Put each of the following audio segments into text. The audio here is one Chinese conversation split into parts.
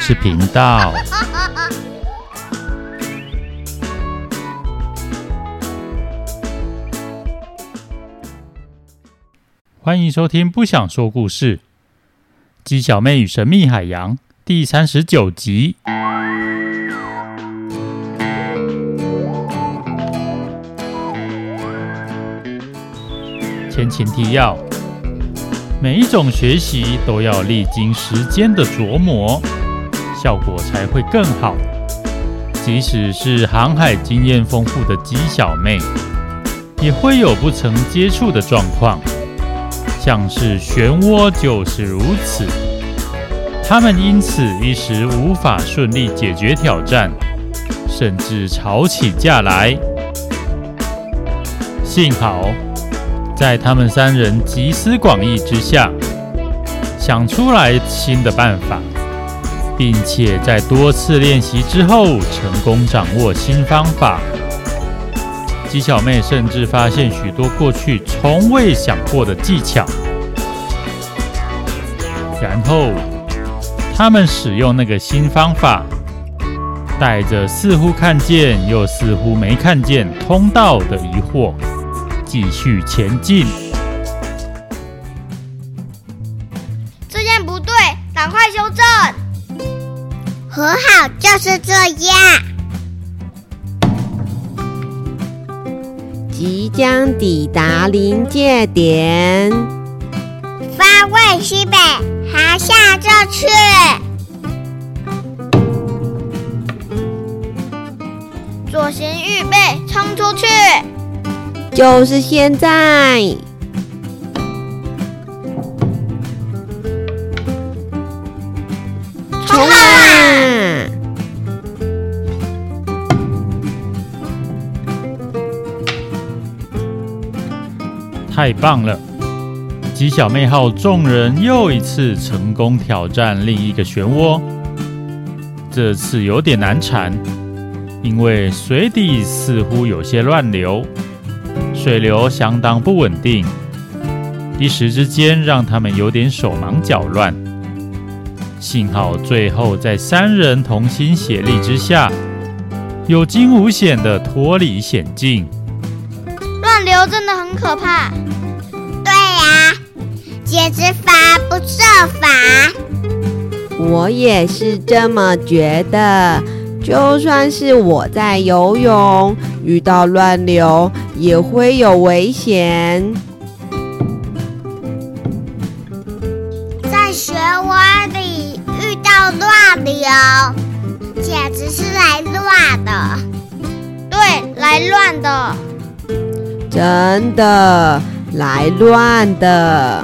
事频道。欢迎收听不想说故事，鸡小妹与神秘海洋第39集。前情提要：每一种学习都要历经时间的琢磨，效果才会更好。即使是航海经验丰富的鸡小妹，也会有不曾接触的状况，像是漩涡就是如此。他们因此一时无法顺利解决挑战，甚至吵起架来。幸好在他们三人集思广益之下，想出来新的办法，并且在多次练习之后成功掌握新方法。鸡小妹甚至发现许多过去从未想过的技巧，然后他们使用那个新方法，带着似乎看见又似乎没看见通道的疑惑，继续前进。 这样不对，赶快修正。 和好就是这样。 即将抵达临界点， 方位西北，航向正确。 左行预备，冲出去！ 就是现在！ 冲啊！ 太棒了！鸡小妹号众人又一次成功挑战另一个漩涡，这次有点难缠，因为水底似乎有些乱流，水流相当不稳定，一时之间让他们有点手忙脚乱。幸好最后在三人同心协力之下，有惊无险地脱离险境。 乱流真的很可怕。 对呀，简直法不胜法。 我也是这么觉得。就算是我在游泳，遇到乱流也会有危险。 在漩涡里遇到乱流，简直是来乱的。 对，来乱的。 真的，来乱的。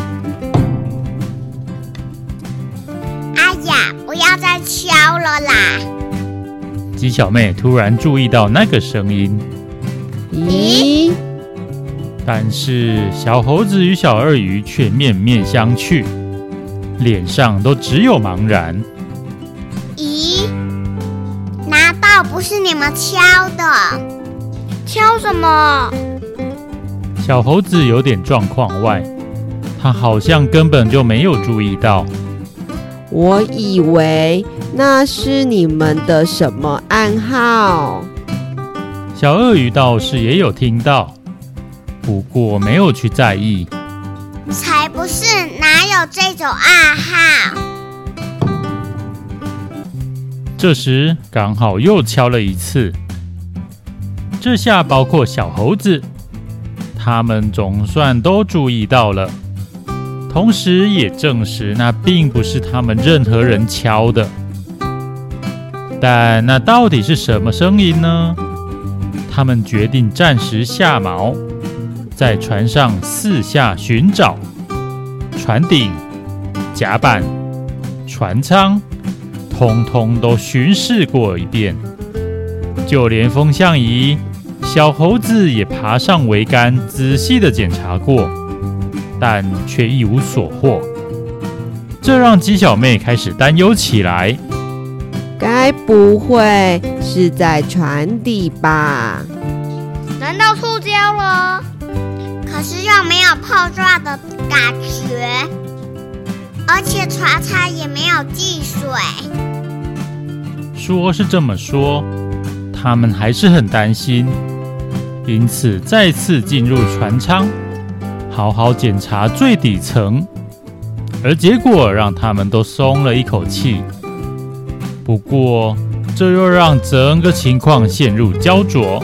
哎呀，不要再敲了啦！ 鸡小妹突然注意到那个声音， 咦？ 但是小猴子与小鳄鱼却面面相觑，脸上都只有茫然。 咦？难道不是你们敲的？ 敲什么？ 小猴子有点状况外，他好像根本就没有注意到。 我以为那是你们的什么暗号？ 小鳄鱼倒是也有听到，不过没有去在意。 才不是，哪有这种暗号？ 这时刚好又敲了一次，这下包括小猴子，他们总算都注意到了。同时也证实那并不是他们任何人敲的。但那到底是什么声音呢？他们决定暂时下锚，在船上四下寻找，船顶、甲板、船舱，通通都巡视过一遍，就连风向仪，小猴子也爬上桅杆，仔细地检查过。但却一无所获，这让鸡小妹开始担忧起来。 该不会是在船底吧？ 难道触礁了？ 可是又没有碰撞的感觉，而且船舱也没有进水。 说是这么说，他们还是很担心，因此再次进入船舱，好好检查最底层，而结果让他们都松了一口气。不过，这又让整个情况陷入焦灼。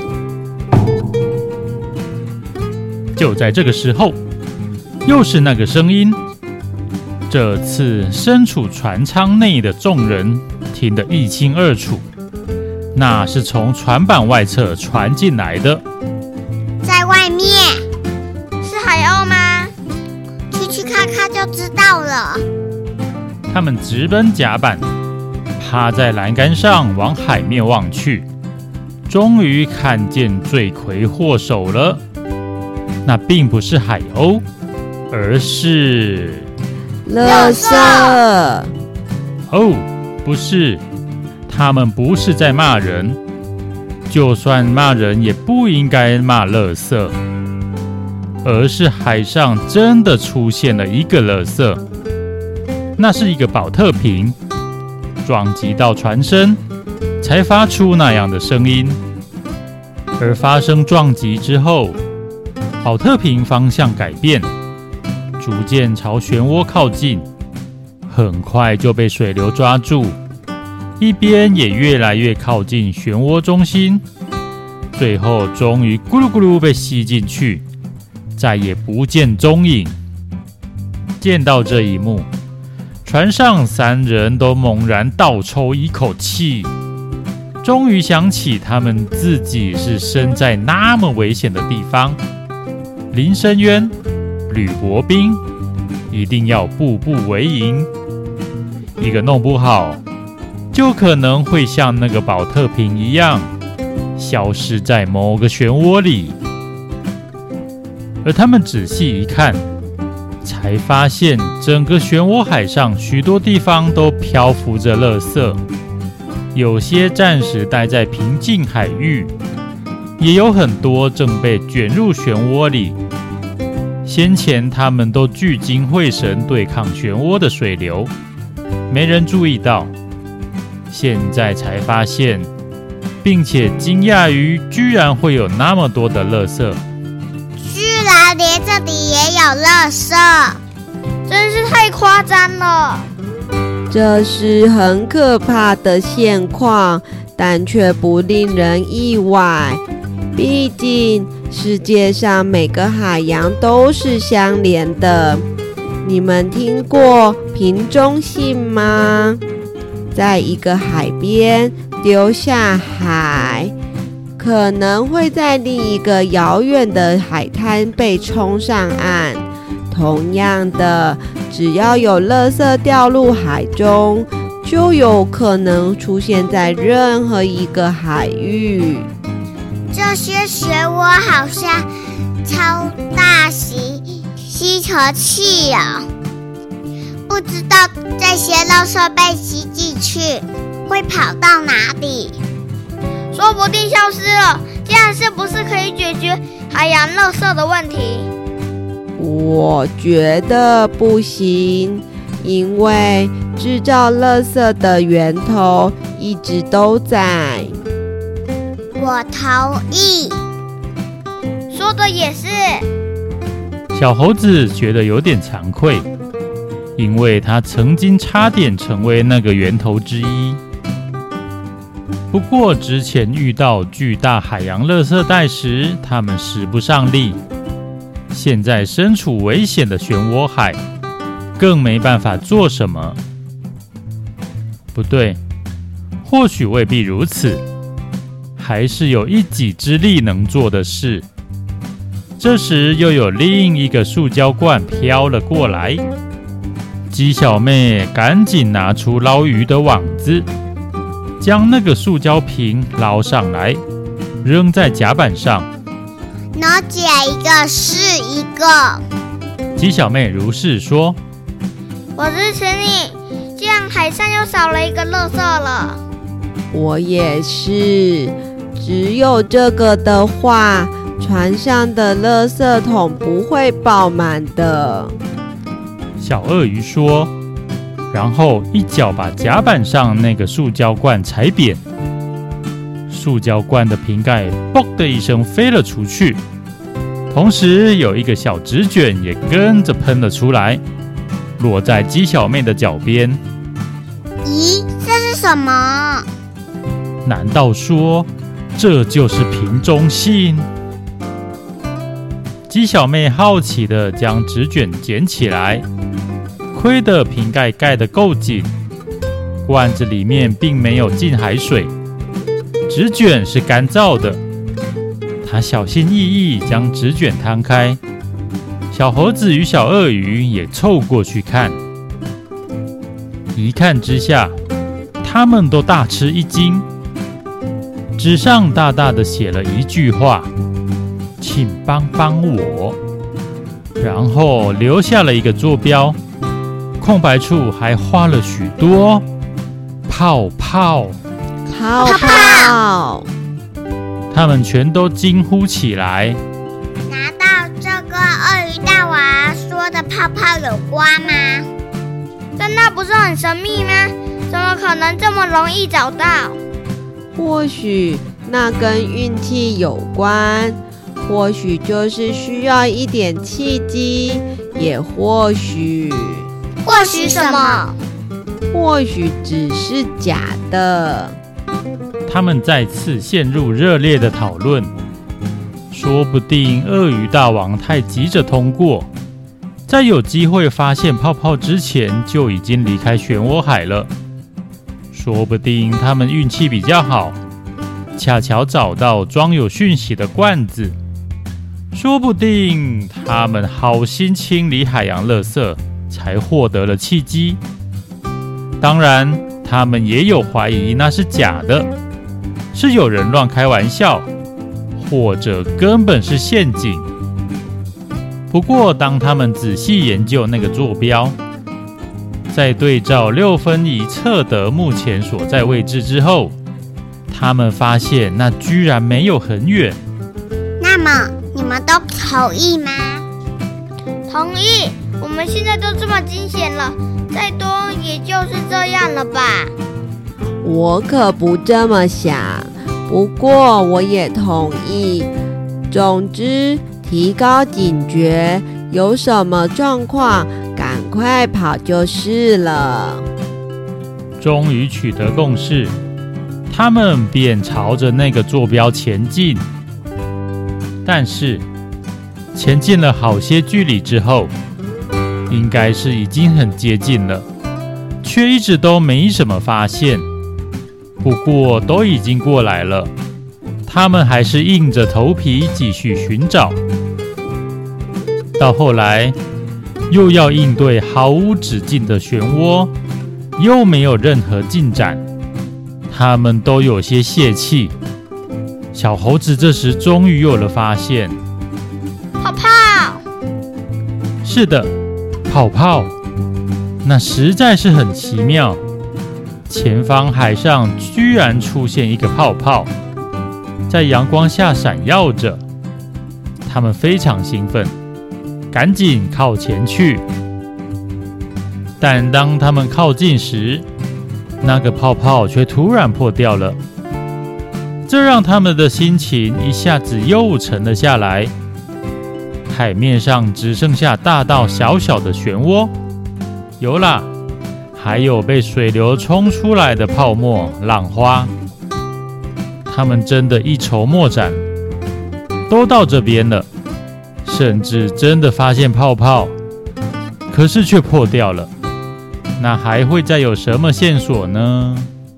就在这个时候，又是那个声音。这次身处船舱内的众人听得一清二楚，那是从船板外侧传进来的。 在外面， 是海鸥吗？ 去看看就知道了。 他们直奔甲板，趴在栏杆上往海面望去，终于看见罪魁祸首了。那并不是海鸥，而是垃圾。 哦，不是，他们不是在骂人，就算骂人也不应该骂垃圾，而是海上真的出现了一个垃圾，那是一个保特瓶，撞击到船身，才发出那样的声音。而发生撞击之后，保特瓶方向改变，逐渐朝漩涡靠近，很快就被水流抓住，一边也越来越靠近漩涡中心，最后终于咕噜咕噜被吸进去，再也不见踪影。见到这一幕，船上三人都猛然倒抽一口气，终于想起他们自己是身在那么危险的地方。林深渊、吕伯斌一定要步步为营，一个弄不好，就可能会像那个保特瓶一样，消失在某个漩涡里。而他们仔细一看，才发现整个漩涡海上许多地方都漂浮着垃圾，有些暂时待在平静海域，也有很多正被卷入漩涡里。先前他们都聚精会神对抗漩涡的水流，没人注意到，现在才发现，并且惊讶于居然会有那么多的垃圾， 居然连这里也有垃圾， 真是太夸张了。 这是很可怕的现况，但却不令人意外。毕竟世界上每个海洋都是相连的。你们听过瓶中信吗？在一个海边丢下海，可能会在另一个遥远的海滩被冲上岸。同样的，只要有垃圾掉入海中，就有可能出现在任何一个海域。 这些漩涡好像超大型吸尘器哦，不知道这些垃圾被吸进去会跑到哪里， 说不定消失了，这样是不是可以解决海洋垃圾的问题？ 我觉得不行，因为制造垃圾的源头一直都在。 我同意。 说的也是。 小猴子觉得有点惭愧，因为他曾经差点成为那个源头之一。不过之前遇到巨大海洋垃圾袋时，他们使不上力，现在身处危险的漩涡海，更没办法做什么。不对，或许未必如此，还是有一己之力能做的事。这时又有另一个塑胶罐飘了过来，鸡小妹赶紧拿出捞鱼的网子，将那个塑胶瓶捞上来，扔在甲板上。 能解一个是一个。 鸡小妹如是说：“ 我支持你，这样海上又少了一个垃圾了。” 我也是，只有这个的话，船上的垃圾桶不会爆满的。 小鳄鱼说：“ 然后一脚把甲板上那个塑胶罐踩扁，塑胶罐的瓶盖“嘣”的一声飞了出去，同时有一个小纸卷也跟着喷了出来，落在鸡小妹的脚边。 咦，这是什么？ 难道说这就是瓶中信？鸡小妹好奇地将纸卷捡起来，亏得瓶盖盖得够紧，罐子里面并没有进海水，纸卷是干燥的。她小心翼翼将纸卷摊开，小猴子与小鳄鱼也凑过去看。一看之下，他们都大吃一惊。纸上大大的写了一句话：“请帮帮我。”然后留下了一个坐标，空白处还画了许多泡泡。 泡泡！ 他们全都惊呼起来。 难道这跟鳄鱼大王说的泡泡有关吗？ 但那不是很神秘吗？怎么可能这么容易找到？ 或许那跟运气有关，或许就是需要一点契机，也或许什么？ 或许只是假的。 他们再次陷入热烈的讨论，说不定鳄鱼大王太急着通过，在有机会发现泡泡之前就已经离开漩涡海了。说不定他们运气比较好，恰巧找到装有讯息的罐子。说不定他们好心清理海洋垃圾，才获得了契机。当然，他们也有怀疑那是假的，是有人乱开玩笑，或者根本是陷阱。不过，当他们仔细研究那个坐标，在对照6分仪测得目前所在位置之后，他们发现那居然没有很远。 那么，你们都同意吗？ 同意。我们现在都这么惊险了，再多也就是这样了吧？ 我可不这么想，不过我也同意。总之，提高警觉，有什么状况赶快跑就是了。 终于取得共识，他们便朝着那个坐标前进。但是，前进了好些距离之后，应该是已经很接近了，却一直都没什么发现。不过都已经过来了，他们还是硬着头皮继续寻找。到后来，又要应对毫无止境的漩涡，又没有任何进展，他们都有些泄气。小猴子这时终于有了发现。 泡泡！ 是的，泡泡。那实在是很奇妙。前方海上居然出现一个泡泡，在阳光下闪耀着。他们非常兴奋，赶紧靠前去。但当他们靠近时，那个泡泡却突然破掉了，这让他们的心情一下子又沉了下来。海面上只剩下大到小小的漩涡，有啦，还有被水流冲出来的泡沫浪花。他们真的一筹莫展，都到这边了，甚至真的发现泡泡，可是却破掉了。那还会再有什么线索呢？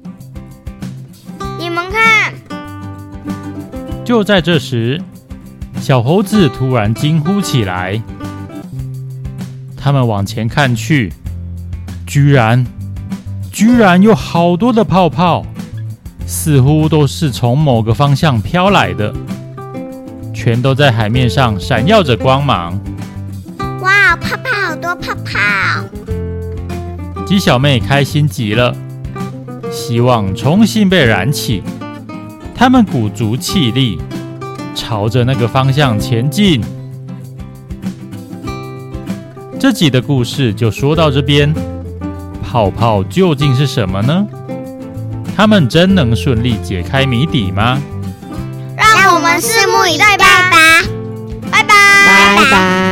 你们看！ 就在这时，小猴子突然惊呼起来。他们往前看去，居然有好多的泡泡，似乎都是从某个方向飘来的，全都在海面上闪耀着光芒。 哇，泡泡好多泡泡！ 鸡小妹开心极了，希望重新被燃起。他们鼓足气力，朝着那个方向前进。这集的故事就说到这边。 泡泡究竟是什么呢？他们真能顺利解开谜底吗？ 让我们拭目以待吧。拜拜。 拜拜。